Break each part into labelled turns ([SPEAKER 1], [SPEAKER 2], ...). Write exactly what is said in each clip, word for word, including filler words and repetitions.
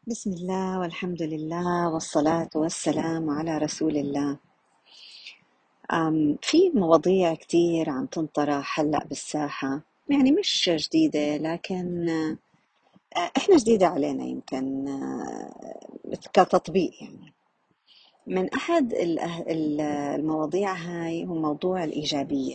[SPEAKER 1] بسم الله والحمد لله والصلاة والسلام على رسول الله. أم في مواضيع كتير عم تنطرح هلأ بالساحة، يعني مش جديدة لكن آه، إحنا جديدة علينا يمكن آه، كتطبيق. يعني من أحد ال- ال- المواضيع هاي هو موضوع الإيجابية.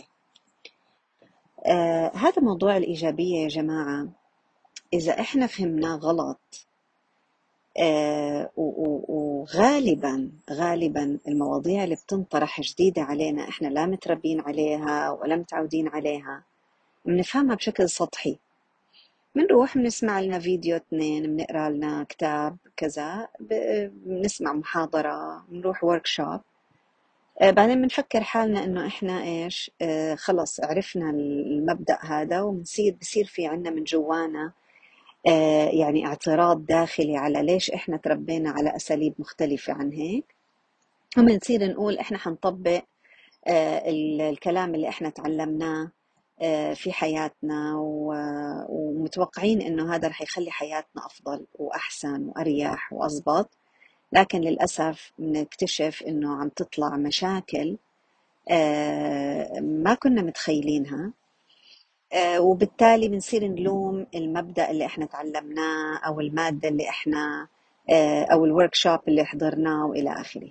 [SPEAKER 1] آه، هذا موضوع الإيجابية يا جماعة، إذا إحنا فهمناه غلط آه، و- و- وغالبا غالبا المواضيع اللي بتنطرح جديدة علينا احنا لا متربين عليها ولا متعودين عليها، بنفهمها بشكل سطحي. بنروح بنسمع لنا فيديو اتنين، بنقرا لنا كتاب كذا، ب- بنسمع محاضرة، بنروح وركشوب، بعدين بنفكر حالنا انه احنا ايش آه، خلص عرفنا المبدأ هذا، وبنصير بصير في عنا من جوانا آه، يعني اعتراض داخلي على ليش احنا تربينا على اساليب مختلفة عن هيك. وبنصير نقول احنا حنطبق آه، ال- الكلام اللي احنا تعلمناه آه، في حياتنا، و- ومتوقعين انه هذا رح يخلي حياتنا افضل واحسن واريح واضبط. لكن للاسف بنكتشف انه عم تطلع مشاكل آه، ما كنا متخيلينها. آه، وبالتالي بنصير نلوم المبدأ اللي احنا تعلمناه او المادة اللي احنا آه، او الورك شوب اللي حضرناه والى اخره.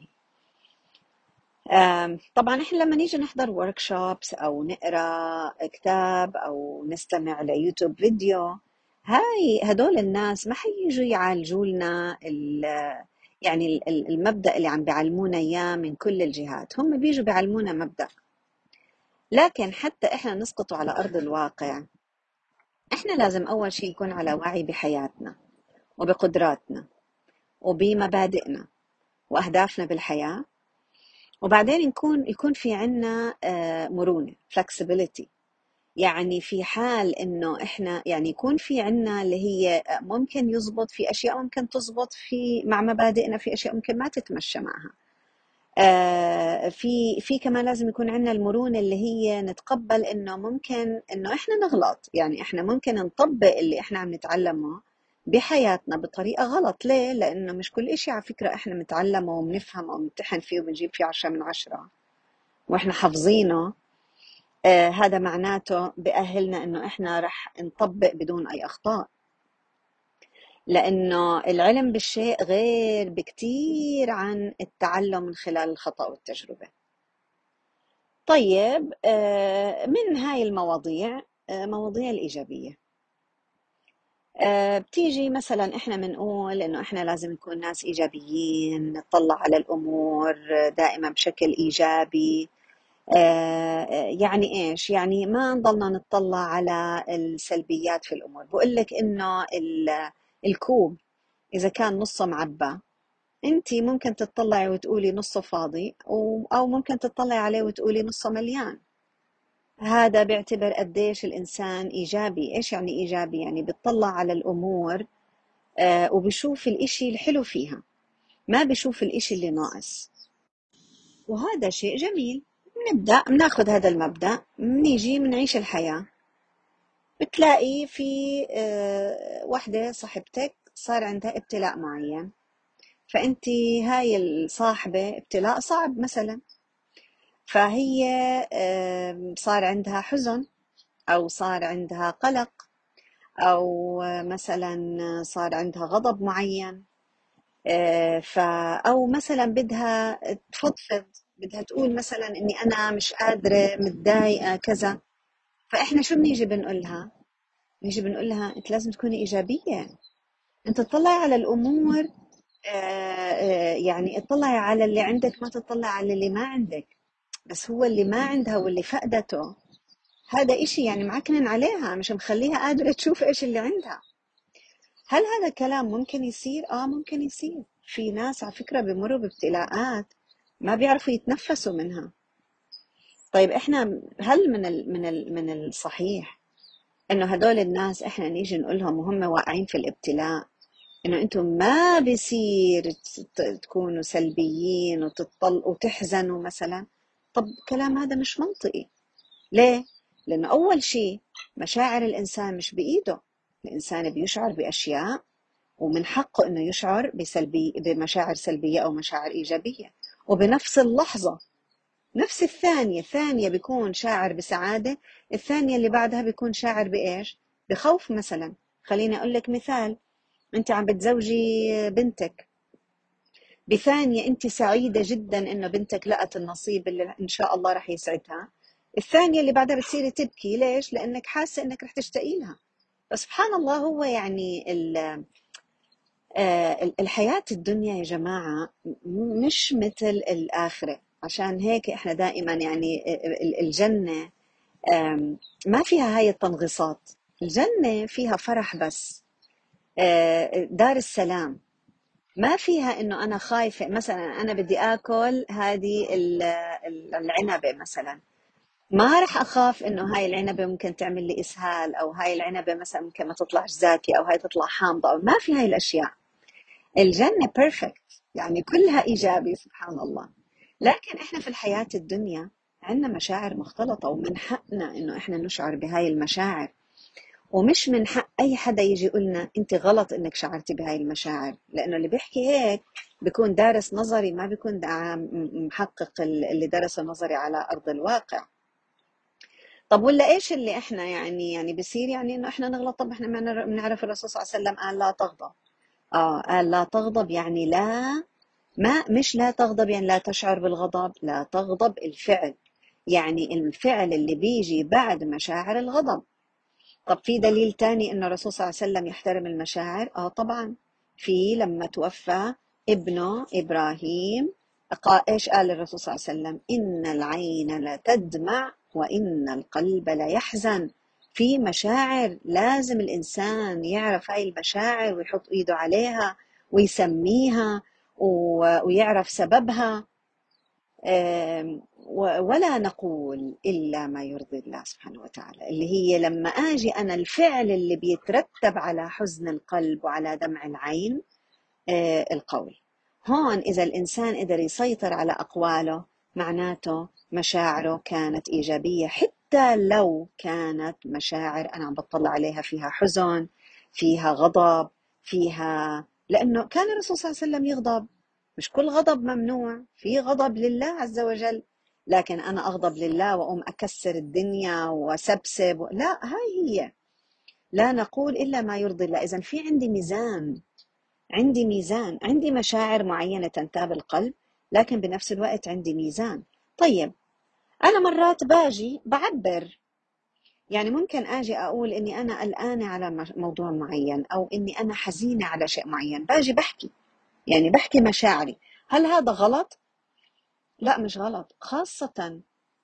[SPEAKER 1] آم، طبعا احنا لما نيجي نحضر ورك شوبس او نقرا كتاب او نستمع ليوتيوب فيديو، هاي هدول الناس ما حييجوا يعالجوا لنا ال- يعني ال- ال- المبدأ اللي عم بيعلمونا اياه من كل الجهات. هم بيجوا بيعلمونا مبدأ، لكن حتى احنا نسقطه على ارض الواقع احنا لازم اول شيء يكون على وعي بحياتنا وبقدراتنا وبمبادئنا واهدافنا بالحياة. وبعدين نكون يكون في عنا آه، مرونة flexibility. يعني في حال انه احنا يعني يكون في عنا اللي هي ممكن يزبط في اشياء، ممكن تزبط في مع مبادئنا، في اشياء ممكن ما تتمشى معها. آه، في في كمان لازم يكون عندنا المرونة اللي هي نتقبل انه ممكن انه احنا نغلط. يعني احنا ممكن نطبق اللي احنا عم نتعلمه بحياتنا بطريقة غلط. ليه؟ لانه مش كل اشي على فكرة احنا بنتعلمه وبنفهمه وبنمتحن فيه وبنجيب فيه عشرة من عشرة واحنا حافظينه آه هذا معناته بأهلنا انه احنا رح نطبق بدون اي اخطاء. لانه العلم بالشيء غير بكتير عن التعلم من خلال الخطأ والتجربة. طيب آه، من هاي المواضيع آه، مواضيع الإيجابية. آه، بتيجي مثلا إحنا بنقول إنه إحنا لازم نكون ناس إيجابيين، نطلع على الأمور دائما بشكل إيجابي. آه، آه، يعني إيش؟ يعني ما نضلنا نطلع على السلبيات في الأمور. بقول لك إنه ال- الكوب إذا كان نصه معبى، انتي ممكن تطلعي وتقولي نصه فاضي، و- او ممكن تطلعي عليه وتقولي نصه مليان. هذا بيعتبر قديش الإنسان إيجابي. إيش يعني إيجابي؟ يعني بيطلع على الأمور آه، وبيشوف الإشي الحلو فيها، ما بيشوف الإشي اللي ناقص. وهذا شيء جميل. نبدأ بناخذ هذا المبدأ، بنيجي بنعيش الحياة. بتلاقي في آه، وحدة صاحبتك صار عندها ابتلاء معين، فأنت هاي الصاحبة ابتلاء صعب مثلا، فهي آه، صار عندها حزن أو صار عندها قلق، أو مثلا صار عندها غضب معين. آه، ف أو مثلا بدها تفضفض، بدها تقول مثلا إني أنا مش قادرة، متضايقة كذا. فإحنا شو بنيجي بنقولها؟ بنيجي بنقولها أنت لازم تكوني إيجابية، أنت تطلعي على الأمور. آه، آه، يعني اطلعي على اللي عندك، ما تطلعي على اللي ما عندك. بس هو اللي ما عندها واللي فقدته هذا إشي يعني معكنن عليها، مش مخليها قادرة تشوف إيش اللي عندها. هل هذا الكلام ممكن يصير؟ آه ممكن يصير. في ناس على فكرة بيمروا بابتلاءات ما بيعرفوا يتنفسوا منها. طيب إحنا هل من ال من ال من الصحيح إنه هدول الناس إحنا نيجي نقول لهم وهم واقعين في الابتلاء إنه أنتم ما بيصير ت- ت- تكونوا سلبيين وتطل وتحزنوا مثلا؟ طب كلام هذا مش منطقي. ليه؟ لأنه أول شيء مشاعر الإنسان مش بإيده. الإنسان بيشعر بأشياء ومن حقه إنه يشعر بسلبي بمشاعر سلبية أو مشاعر إيجابية. وبنفس اللحظة، نفس الثانية ثانية بيكون شاعر بسعادة، الثانية اللي بعدها بيكون شاعر بإيش؟ بخوف مثلا. خليني أقول لك مثال. أنت عم بتزوجي بنتك، بثانية أنت سعيدة جدا إنه بنتك لقت النصيب اللي إن شاء الله رح يسعدها، الثانية اللي بعدها بتصيري تبكي. ليش؟ لأنك حاسة إنك رح تشتاقي لها. فسبحان الله، هو يعني ال- آه، الحياة الدنيا يا جماعة م- مش مثل الآخرة. عشان هيك إحنا دائما يعني ال- الجنة آم، ما فيها هاي التنغيصات. الجنة فيها فرح بس، آه، دار السلام. ما فيها انه انا خايفة مثلا انا بدي اكل هذه ال- ال- العنبة مثلا، ما رح اخاف انه هاي العنبة ممكن تعمل لي اسهال، او هاي العنبة مثلا ممكن ما تطلعش زاكية، او هاي تطلع حامضة، أو ما في هاي الاشياء. الجنة بيرفكت، يعني كلها ايجابي سبحان الله. لكن احنا في الحياة الدنيا عندنا مشاعر مختلطة، ومن حقنا انه احنا نشعر بهاي المشاعر. ومش من حق اي حدا يجي يقولنا انت غلط انك شعرتي بهاي المشاعر، لانه اللي بيحكي هيك بيكون دارس نظري، ما بيكون دا- م- محقق ال- اللي درسه نظري على ارض الواقع. طب ولا ايش اللي احنا يعني يعني بصير يعني انه احنا نغلط؟ طب احنا ما نر- بنعرف الرسول صلى الله عليه وسلم قال لا تغضب. اه قال لا تغضب، يعني لا، ما مش لا تغضب يعني لا تشعر بالغضب، لا تغضب الفعل، يعني الفعل اللي بيجي بعد مشاعر الغضب. طب في دليل تاني انه الرسول صلى الله عليه وسلم يحترم المشاعر؟ اه طبعا. في لما توفى ابنه ابراهيم، قا- ايش قال الرسول صلى الله عليه وسلم؟ ان العين لتدمع وان القلب ليحزن. في مشاعر لازم الانسان يعرف هاي المشاعر ويحط ايده عليها ويسميها و- ويعرف سببها. آم، و- ولا نقول إلا ما يرضي الله سبحانه وتعالى، اللي هي لما أجي أنا الفعل اللي بيترتب على حزن القلب وعلى دمع العين، آه، القول. هون إذا الإنسان قدر يسيطر على أقواله معناته مشاعره كانت إيجابية، حتى لو كانت مشاعر أنا عم بطلع عليها فيها حزن، فيها غضب، فيها، لأنه كان الرسول صلى الله عليه وسلم يغضب. مش كل غضب ممنوع، في غضب لله عز وجل. لكن أنا أغضب لله وأقوم أكسر الدنيا وأسبسب، لا، هاي هي. لا نقول إلا ما يرضي الله. إذن في عندي ميزان، عندي ميزان، عندي مشاعر معينة تنتاب القلب، لكن بنفس الوقت عندي ميزان. طيب أنا مرات باجي بعبر، يعني ممكن أجي أقول إني أنا قلقانة على مش- موضوع معين، أو إني أنا حزينة على شيء معين، باجي بحكي، يعني بحكي مشاعري. هل هذا غلط؟ لا مش غلط، خاصة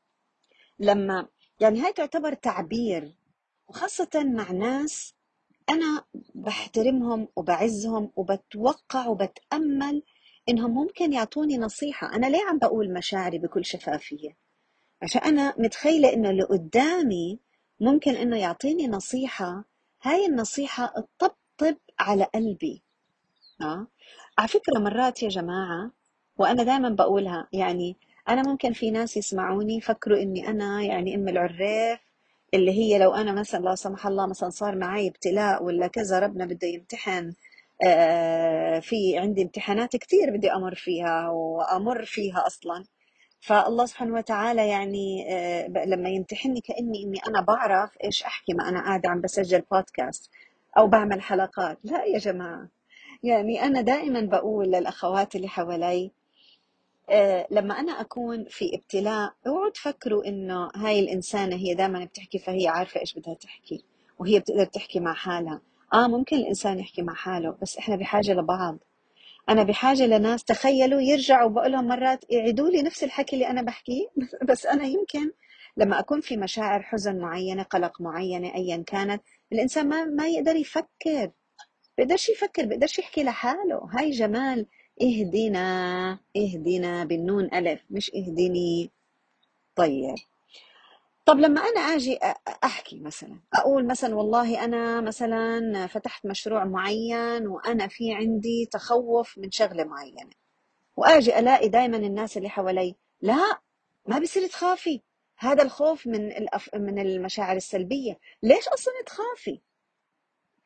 [SPEAKER 1] لما يعني هاي تعتبر تعبير، وخاصة مع ناس أنا بحترمهم وبعزهم وبتوقع وبتأمل إنهم ممكن يعطوني نصيحة. أنا ليه عم بقول مشاعري بكل شفافية؟ عشان أنا متخيلة إنه اللي قدامي ممكن إنه يعطيني نصيحة، هاي النصيحة تطبطب على قلبي. آه. على فكرة مرات يا جماعة، وأنا دائما بقولها، يعني أنا ممكن في ناس يسمعوني يفكروا إني أنا يعني أم العريف، اللي هي لو أنا مثلا لا سمح الله مثلا صار معي ابتلاء ولا كذا، ربنا بده يمتحن، آه، في عندي امتحانات كتير بدي أمر فيها وأمر فيها أصلا. فالله سبحانه وتعالى يعني آه، ب- لما يمتحني كأني إني أنا بعرف إيش أحكي ما أنا قاعدة عم بسجل بودكاست أو بعمل حلقات. لا يا جماعة، يعني أنا دائما بقول للأخوات اللي حوالي، آه، لما أنا أكون في ابتلاء، اوعوا تفكروا إنه هاي الإنسانة هي دائما بتحكي فهي عارفة إيش بدها تحكي وهي بتقدر تحكي مع حالها. آه ممكن الإنسان يحكي مع حاله، بس إحنا بحاجة لبعض. أنا بحاجة لناس، تخيلوا يرجعوا بقولهم مرات يعيدوا لي نفس الحكي اللي أنا بحكيه بس أنا يمكن لما أكون في مشاعر حزن معينة، قلق معينة، أيا كانت، الإنسان ما ما يقدر يفكر، بيقدرش يفكر، بيقدرش يحكي لحاله. هاي جمال اهدنا، اهدنا بالنون ألف، مش اهدني. طيب، طب لما أنا أجي أ- أحكي مثلا، أقول مثلا والله أنا مثلا فتحت مشروع معين وأنا في عندي تخوف من شغلة معينة، وأجي ألاقي دايما الناس اللي حوالي، لا، ما بصير تخافي، هذا الخوف من الأف... من المشاعر السلبية، ليش أصلا تخافي؟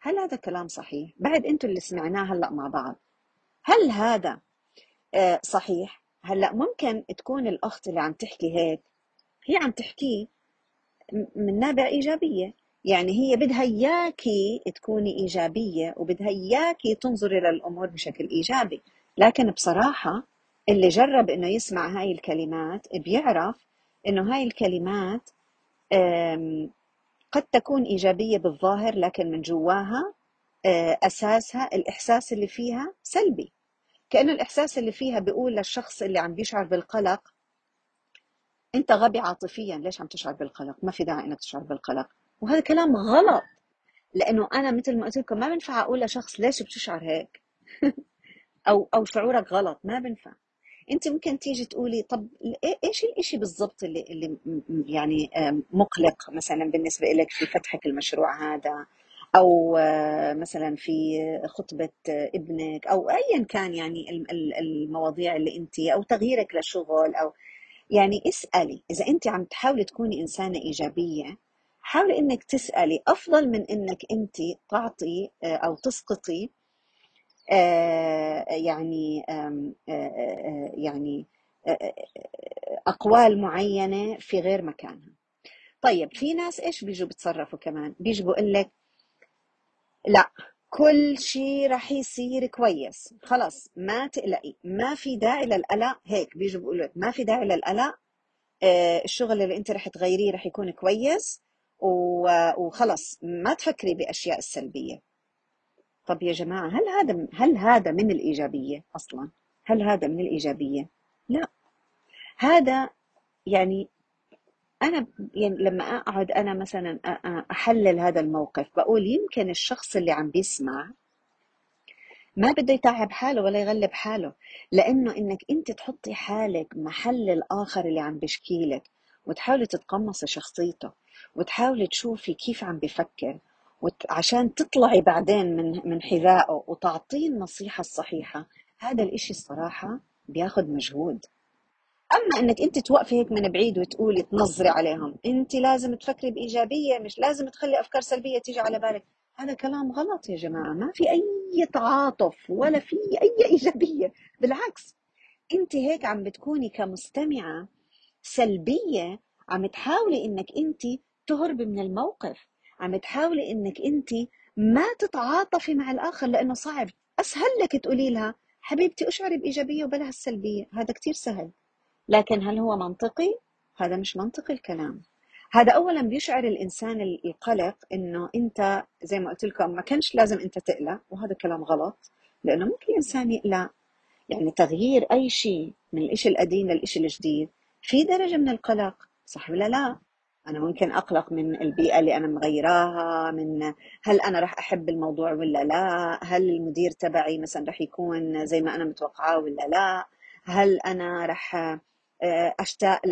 [SPEAKER 1] هل هذا كلام صحيح؟ بعد انتوا اللي سمعناه هلأ مع بعض، هل هذا آه، صحيح؟ هلأ ممكن تكون الأخت اللي عم تحكي هيك هي عم تحكيه من نابع إيجابية، يعني هي بدها إياكي تكوني إيجابية وبدها إياكي تنظري للأمور بشكل إيجابي. لكن بصراحة اللي جرب إنه يسمع هاي الكلمات بيعرف إنه هاي الكلمات آم، قد تكون إيجابية بالظاهر، لكن من جواها آه، أساسها الإحساس اللي فيها سلبي. كأن الإحساس اللي فيها بيقول للشخص اللي عم بيشعر بالقلق: أنت غبي عاطفيا، ليش عم تشعر بالقلق؟ ما في داعي إنك تشعر بالقلق. وهذا كلام غلط، لأنه أنا مثل ما قلت لكم ما بنفع أقول لشخص ليش بتشعر هيك أو أو شعورك غلط، ما بنفع. أنت ممكن تيجي تقولي طب إيه- إيش الإشي بالضبط اللي اللي م- م- يعني آم، مقلق مثلا بالنسبة لك في فتحك المشروع هذا، أو آه، مثلا في خطبة آه، ابنك، أو أيا كان يعني الم- ال- المواضيع اللي أنت، أو تغييرك لشغل، أو يعني اسألي. إذا أنت عم تحاولي تكوني إنسانة إيجابية، حاولي إنك تسألي أفضل من إنك أنت تعطي آه، أو تسقطي آه، يعني آم، آه، آه، يعني آه، آه، أقوال معينة في غير مكانها. طيب في ناس إيش بيجوا بتصرفوا كمان؟ بيجوا بقول لك لا، كل شيء رح يصير كويس، خلص ما تقلقي، ما في داعي للقلق. هيك بيجوا بيقولوا لك ما في داعي للقلق، آه، الشغل اللي انت رح تغيريه رح يكون كويس، و- وخلص ما تفكري بأشياء السلبية. طب يا جماعة، هل هذا هل هذا من الإيجابية أصلا؟ هل هذا من الإيجابية؟ لا. هذا يعني أنا يعني لما أقعد أنا مثلا أ- أ- أحلل هذا الموقف، بقول يمكن الشخص اللي عم بيسمع ما بده يتعب حاله ولا يغلب حاله، لأنه إنك أنت تحطي حالك محل الآخر اللي عم بيشكي لك، وتحاولي تتقمصي شخصيته، وتحاولي تشوفي كيف عم بفكر، وت... عشان تطلعي بعدين من من حذائه وتعطيه النصيحة الصحيحة. هذا الإشي الصراحة بياخد مجهود. اما انك انت توقفي هيك من بعيد وتقولي تنظري عليهم انت لازم تفكري بايجابيه، مش لازم تخلي افكار سلبيه تيجي على بالك، هذا كلام غلط يا جماعه. ما في اي تعاطف ولا في اي ايجابيه، بالعكس. انت هيك عم بتكوني كمستمعه سلبيه، عم تحاولي انك انت تهربي من الموقف، عم تحاولي انك انت ما تتعاطفي مع الاخر لانه صعب. اسهل لك تقولي لها حبيبتي اشعري بايجابيه وبلا هالسلبيه، هذا كتير سهل. لكن هل هو منطقي؟ هذا مش منطقي الكلام. هذا أولا بيشعر الإنسان القلق إنه أنت زي ما قلت لكم ما كانش لازم أنت تقلق، وهذا كلام غلط. لأنه ممكن الإنسان يقلق، يعني تغيير أي شيء من الإشي القديم للإشي الجديد في درجة من القلق، صح ولا لا؟ أنا ممكن أقلق من البيئة اللي أنا مغيراها، من هل أنا رح أحب الموضوع ولا لا، هل المدير تبعي مثلا رح يكون زي ما أنا متوقعاه ولا لا، هل أنا رح آه، أشتاق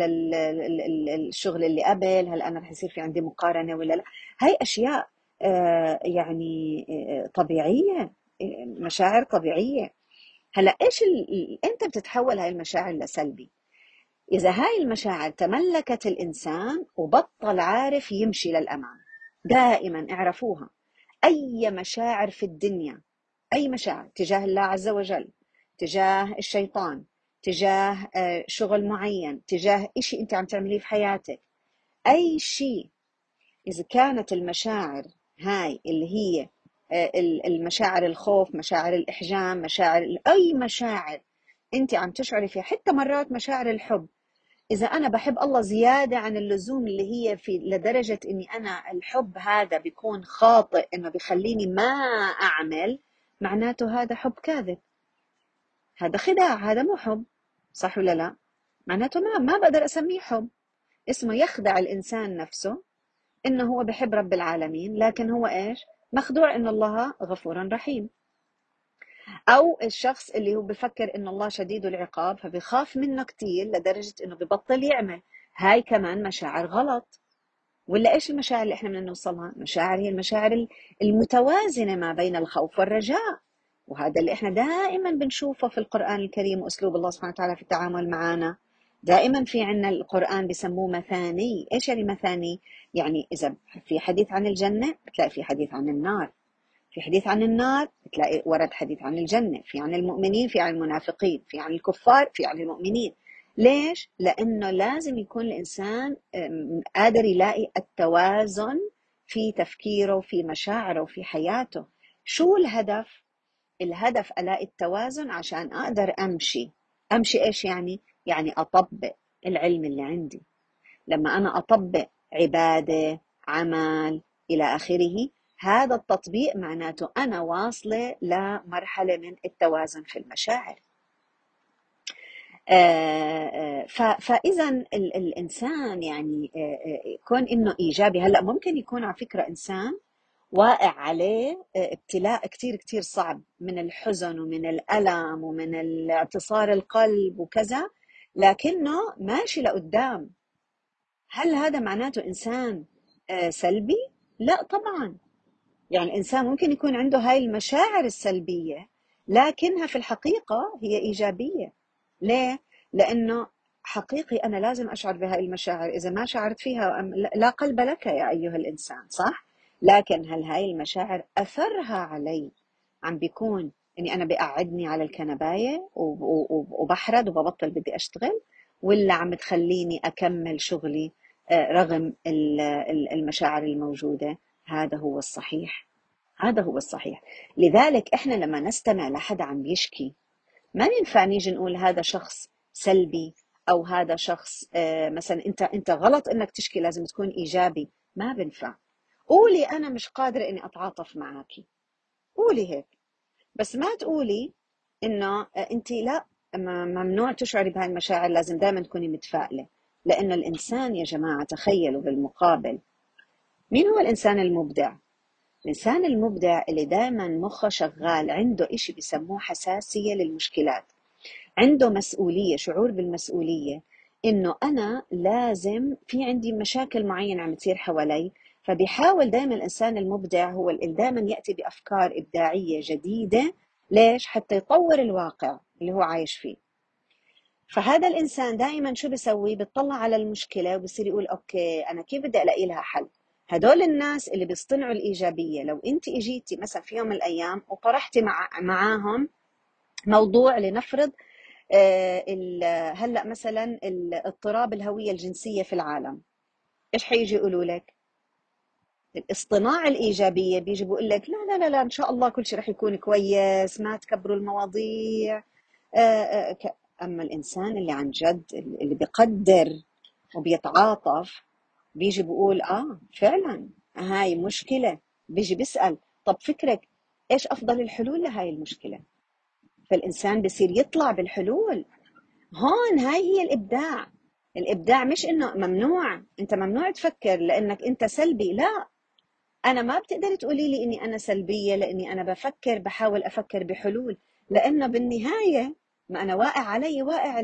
[SPEAKER 1] للشغل اللي قبل، هل أنا رح يصير في عندي مقارنة ولا لا. هاي أشياء آه، يعني آه، طبيعية، آه، مشاعر طبيعية. هلا ايش ال... ال- امتى بتتحول هاي المشاعر لسلبي؟ اذا هاي المشاعر تملكت الانسان وبطل عارف يمشي للامام. دائما اعرفوها، اي مشاعر في الدنيا، اي مشاعر تجاه الله عز وجل، تجاه الشيطان، تجاه آه، شغل معين، تجاه اشي انت عم تعمليه في حياتك، اي شيء، إذا كانت المشاعر هاي اللي هي آه، المشاعر الخوف، مشاعر الإحجام، مشاعر أي مشاعر أنت عم تشعري فيها، حتى مرات مشاعر الحب، إذا أنا بحب الله زيادة عن اللزوم اللي هي في لدرجة إني أنا الحب هذا بيكون خاطئ إنه بيخليني ما أعمل، معناته هذا حب كاذب، هذا خداع، هذا مو حب، صح ولا لا؟ معناته ما ما بقدر أسميه حب، اسمه يخدع الإنسان نفسه إنه هو بحب رب العالمين، لكن هو إيش؟ مخدوع إن الله غفور رحيم. أو الشخص اللي هو بفكر إن الله شديد العقاب فبيخاف منه كتير لدرجة إنه ببطل يعمل. هاي كمان مشاعر غلط. ولا إيش المشاعر اللي إحنا بدنا نوصلها؟ مشاعر هي المشاعر المتوازنة ما بين الخوف والرجاء. وهذا اللي إحنا دائما بنشوفه في القرآن الكريم وأسلوب الله سبحانه وتعالى في التعامل معنا. دائما في عنا القرآن بسموه مثاني. إيش يعني مثاني؟ يعني إذا في حديث عن الجنة بتلاقي في حديث عن النار. في حديث عن النار تلاقي ورد حديث عن الجنة، في عن المؤمنين، في عن المنافقين، في عن الكفار، في عن المؤمنين. ليش؟ لأنه لازم يكون الإنسان قادر يلاقي التوازن في تفكيره، في مشاعره، في حياته. شو الهدف؟ الهدف ألاقي التوازن عشان أقدر أمشي. أمشي إيش يعني؟ يعني أطبق العلم اللي عندي. لما أنا أطبق عبادة، عمل، إلى آخره، هذا التطبيق معناته أنا واصلة لمرحلة من التوازن في المشاعر. فإذا الإنسان يعني كون إنه إيجابي. هلأ ممكن يكون على فكرة إنسان واقع عليه ابتلاء كتير كتير صعب من الحزن ومن الألم ومن اعتصار القلب وكذا، لكنه ماشي لقدام. هل هذا معناته إنسان سلبي؟ لا طبعا. يعني الإنسان ممكن يكون عنده هاي المشاعر السلبية، لكنها في الحقيقة هي إيجابية. ليه؟ لأنه حقيقي أنا لازم أشعر بهاي المشاعر. إذا ما شعرت فيها لا قلب لك يا أيها الإنسان، صح؟ لكن هل هاي المشاعر أثرها علي عم بيكون إني أنا بقعدني على الكنباية وبحرد وببطل بدي أشتغل، ولا عم تخليني أكمل شغلي رغم المشاعر الموجودة؟ هذا هو الصحيح. هذا هو الصحيح. لذلك إحنا لما نستمع لحد عم بيشكي، ما ينفع نيجي نقول هذا شخص سلبي، أو هذا شخص مثلا أنت أنت غلط إنك تشكي، لازم تكون إيجابي. ما بنفع. قولي أنا مش قادرة إني أتعاطف معاكي، قولي هيك، بس ما تقولي إنه أنت لا، ممنوع تشعري بهاي المشاعر، لازم دائما تكوني متفائلة. لأنه الإنسان يا جماعة، تخيلوا بالمقابل، مين هو الإنسان المبدع؟ الإنسان المبدع اللي دائما مخه شغال، عنده إشي بيسموه حساسية للمشكلات، عنده مسؤولية، شعور بالمسؤولية، إنه أنا لازم، في عندي مشاكل معينة عم تصير حوالي، فبيحاول دائما الإنسان المبدع هو اللي دائما يأتي بأفكار إبداعية جديدة. ليش؟ حتى يطور الواقع اللي هو عايش فيه. فهذا الإنسان دائما شو بيسوي؟ بيطلع على المشكلة وبصير يقول أوكي أنا كيف بدي ألاقي لها حل. هدول الناس اللي بيصطنعوا الإيجابية، لو أنت إجيتي مثلا في يوم من الأيام وطرحتي مع معاهم موضوع، لنفرض هلأ مثلا اضطراب الهوية الجنسية في العالم، إيش حيجي يقولوا لك؟ الاصطناع الإيجابية بيجي بيقول لك لا لا لا لا، إن شاء الله كل شيء رح يكون كويس، ما تكبروا المواضيع. أما الإنسان اللي عن جد اللي بيقدر وبيتعاطف، بيجي بيقول آه فعلا هاي مشكلة، بيجي بيسأل طب فكرك إيش أفضل الحلول لهاي المشكلة؟ فالإنسان بيصير يطلع بالحلول. هون هاي هي الإبداع. الإبداع مش إنه ممنوع، أنت ممنوع تفكر لأنك أنت سلبي. لا، أنا ما بتقدر تقولي لي إني أنا سلبية لأني أنا بفكر، بحاول أفكر بحلول، لأنه بالنهاية ما أنا واقع علي، واقع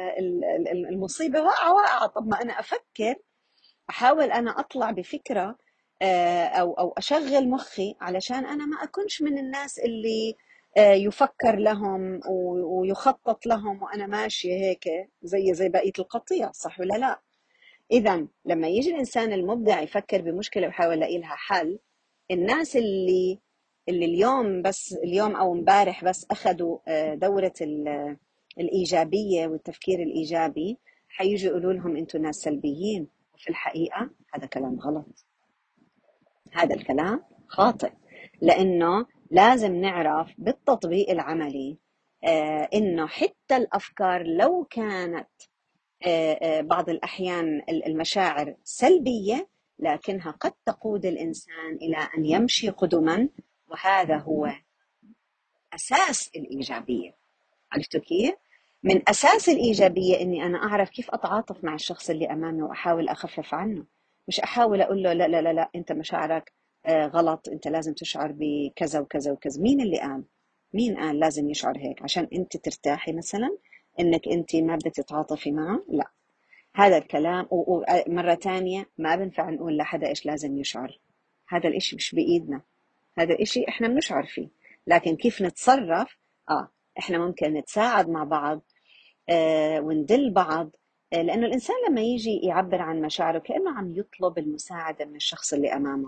[SPEAKER 1] المصيبة واقعة واقعة. طب ما أنا أفكر، أحاول أنا أطلع بفكرة أو أو أشغل مخي علشان أنا ما أكونش من الناس اللي يفكر لهم ويخطط لهم وأنا ماشية هيك زي زي بقية القطيع، صح ولا لا؟ إذا لما يجي الإنسان المبدع يفكر بمشكلة ويحاول يلاقي لها حل، الناس اللي اللي اليوم بس اليوم أو امبارح بس أخذوا دورة الإيجابية والتفكير الإيجابي، حييجوا يقولوا لهم أنتم ناس سلبيين. وفي الحقيقة هذا كلام غلط، هذا الكلام خاطئ. لأنه لازم نعرف بالتطبيق العملي آه إنه حتى الأفكار لو كانت آه آه بعض الأحيان المشاعر سلبية، لكنها قد تقود الإنسان إلى أن يمشي قدما، وهذا هو أساس الإيجابية. عرفتوا كيف؟ من أساس الإيجابية إني أنا أعرف كيف أتعاطف مع الشخص اللي أمامي وأحاول أخفف عنه، مش أحاول أقول له لا لا لا لا أنت مشاعرك غلط، أنت لازم تشعر بكذا وكذا وكذا. مين اللي قال؟ مين قال لازم يشعر هيك عشان أنت ترتاحي مثلا إنك أنت ما بدك تتعاطفي معه؟ لا، هذا الكلام. ومرة تانية ما بنفع نقول لحدا إيش لازم يشعر، هذا الإشي مش بإيدنا، هذا الإشي إحنا بنشعر فيه، لكن كيف نتصرف آه إحنا ممكن نتساعد مع بعض آه وندل بعض. آه لأنه الإنسان لما يجي يعبر عن مشاعره كأنه عم يطلب المساعدة من الشخص اللي أمامه،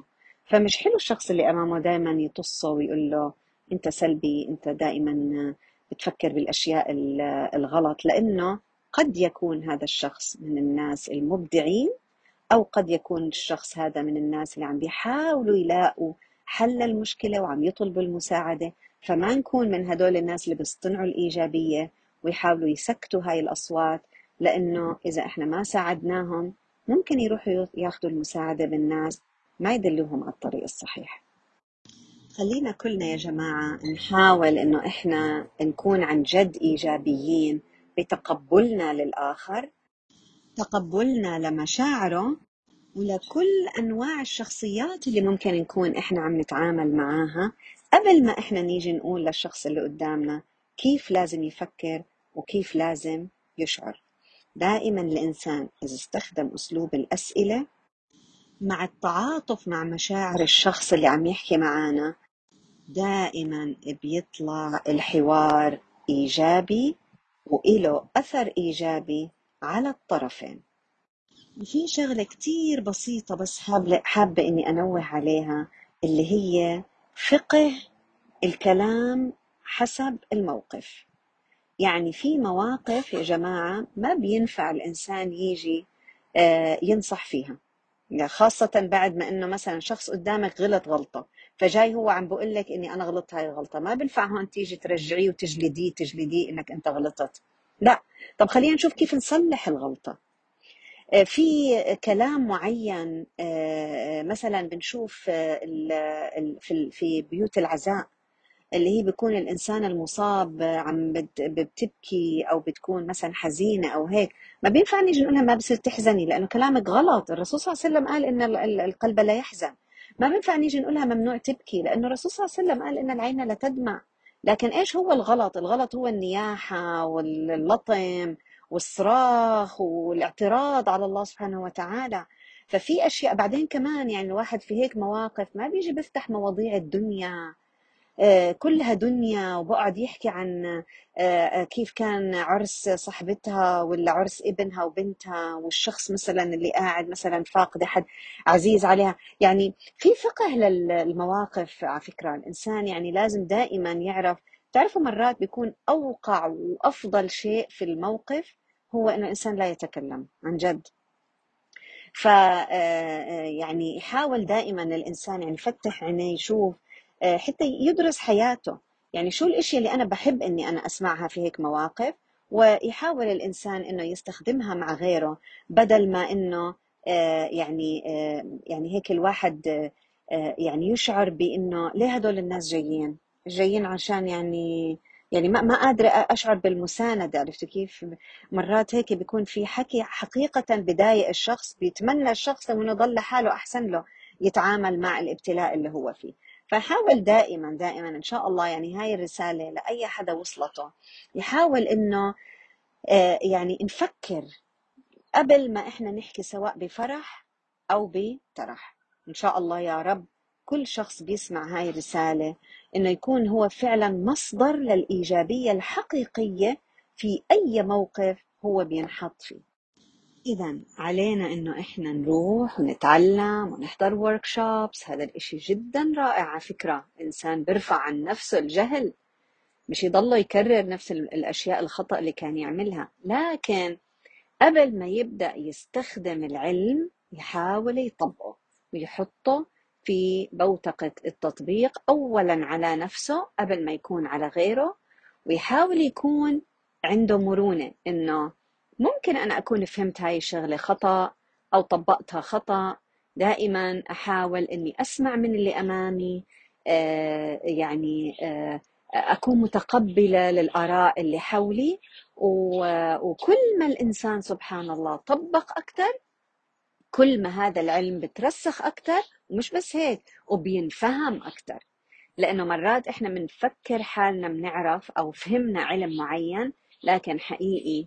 [SPEAKER 1] فمش حلو الشخص اللي أمامه دائما يطصه ويقول له أنت سلبي، أنت دائما بتفكر بالأشياء ال- الغلط، لأنه قد يكون هذا الشخص من الناس المبدعين، أو قد يكون الشخص هذا من الناس اللي عم بيحاولوا يلاقوا حل المشكلة وعم يطلبوا المساعدة. فما نكون من هدول الناس اللي بيصطنعوا الإيجابية ويحاولوا يسكتوا هاي الأصوات، لأنه إذا إحنا ما ساعدناهم ممكن يروحوا ياخدوا المساعدة بالناس ما يدلوهم على الطريق الصحيح. خلينا كلنا يا جماعة نحاول إنه إحنا نكون عن جد إيجابيين بتقبلنا للآخر، تقبلنا لمشاعره ولكل أنواع الشخصيات اللي ممكن نكون إحنا عم نتعامل معاها، قبل ما إحنا نيجي نقول للشخص اللي قدامنا كيف لازم يفكر وكيف لازم يشعر. دائما الإنسان إذا استخدم أسلوب الأسئلة مع التعاطف مع مشاعر الشخص اللي عم يحكي معانا، دائما بيطلع الحوار إيجابي وإله أثر إيجابي على الطرفين. في شغلة كتير بسيطة بس حابة, حابة إني أنوه عليها، اللي هي فقه الكلام حسب الموقف. يعني في مواقف يا جماعة ما بينفع الإنسان يجي آه، ينصح فيها، يعني خاصة بعد ما إنه مثلا شخص قدامك غلط غلطة، فجاي هو عم بقول لك إني أنا غلطت هاي الغلطة، ما بنفع هون تيجي ترجعيه وتجلديه تجلديه إنك أنت غلطت. لا، طب خلينا نشوف كيف نصلح الغلطة. في كلام معين مثلا بنشوف في في بيوت العزاء اللي هي بيكون الإنسان المصاب عم بتبكي أو بتكون مثلا حزينة أو هيك، ما بينفع نيجي نقولها ما بصير تحزني لأنه كلامك غلط. الرسول صلى الله عليه وسلم قال إن القلب لا يحزن. ما بينفع نيجي نقولها ممنوع تبكي لأنه الرسول صلى الله عليه وسلم قال إن العين لا تدمع. لكن إيش هو الغلط؟ الغلط هو النياحة واللطم والصراخ والاعتراض على الله سبحانه وتعالى. ففي أشياء بعدين كمان، يعني الواحد في هيك مواقف ما بيجي بيفتح مواضيع الدنيا كلها دنيا وبقعد يحكي عن كيف كان عرس صاحبتها ولا عرس ابنها وبنتها، والشخص مثلا اللي قاعد مثلا فاقد أحد عزيز عليها. يعني في فقه للمواقف على فكرة. الإنسان يعني لازم دائما يعرف. تعرفوا مرات بيكون أوقع وأفضل شيء في الموقف هو إنه الإنسان لا يتكلم عن جد. ف يعني يحاول دائما الإنسان يعني يفتح عينيه يشوف، حتى يدرس حياته، يعني شو الاشياء اللي انا بحب اني انا اسمعها في هيك مواقف، ويحاول الانسان انه يستخدمها مع غيره، بدل ما انه يعني يعني هيك الواحد يعني يشعر بانه ليه هدول الناس جايين جايين عشان يعني يعني ما ما قادرة أشعر بالمساندة. عرفت كيف؟ مرات هيك بيكون في حكي حقيقة بضايق الشخص، بيتمنى الشخص لو إنه ضل لحاله أحسن له يتعامل مع الابتلاء اللي هو فيه. فحاول دائما دائما إن شاء الله، يعني هاي الرسالة لأي حدا وصلته، يحاول إنه يعني نفكر قبل ما إحنا نحكي سواء بفرح أو بترح. إن شاء الله يا رب كل شخص بيسمع هاي الرسالة إنه يكون هو فعلا مصدر للإيجابية الحقيقية في أي موقف هو بينحط فيه. إذا علينا إنه إحنا نروح ونتعلم ونحضر وركشوبس. هذا الإشي جدا رائع على فكرة. إنسان بيرفع عن نفسه الجهل، مش يضله يكرر نفس الأشياء الخطأ اللي كان يعملها، لكن قبل ما يبدأ يستخدم العلم يحاول يطبقه ويحطه في بوتقة التطبيق، أولا على نفسه قبل ما يكون على غيره، ويحاول يكون عنده مرونة إنه ممكن أنا أكون فهمت هاي الشغلة خطأ أو طبقتها خطأ. دائما أحاول إني أسمع من اللي أمامي، آه يعني آه أكون متقبلة للآراء اللي حولي، وكل ما الإنسان سبحان الله طبق أكتر كل ما هذا العلم بترسخ أكتر، ومش بس هيك وبينفهم أكتر. لأنه مرات إحنا بنفكر حالنا بنعرف أو فهمنا علم معين، لكن حقيقي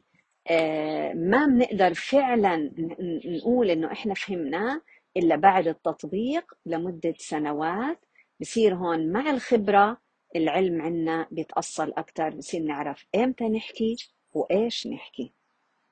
[SPEAKER 1] ما بنقدر فعلا نقول إنه إحنا فهمناه إلا بعد التطبيق لمدة سنوات. بصير هون مع الخبرة العلم عنا بيتأصل أكتر، بصير نعرف إمتى نحكي وإيش نحكي.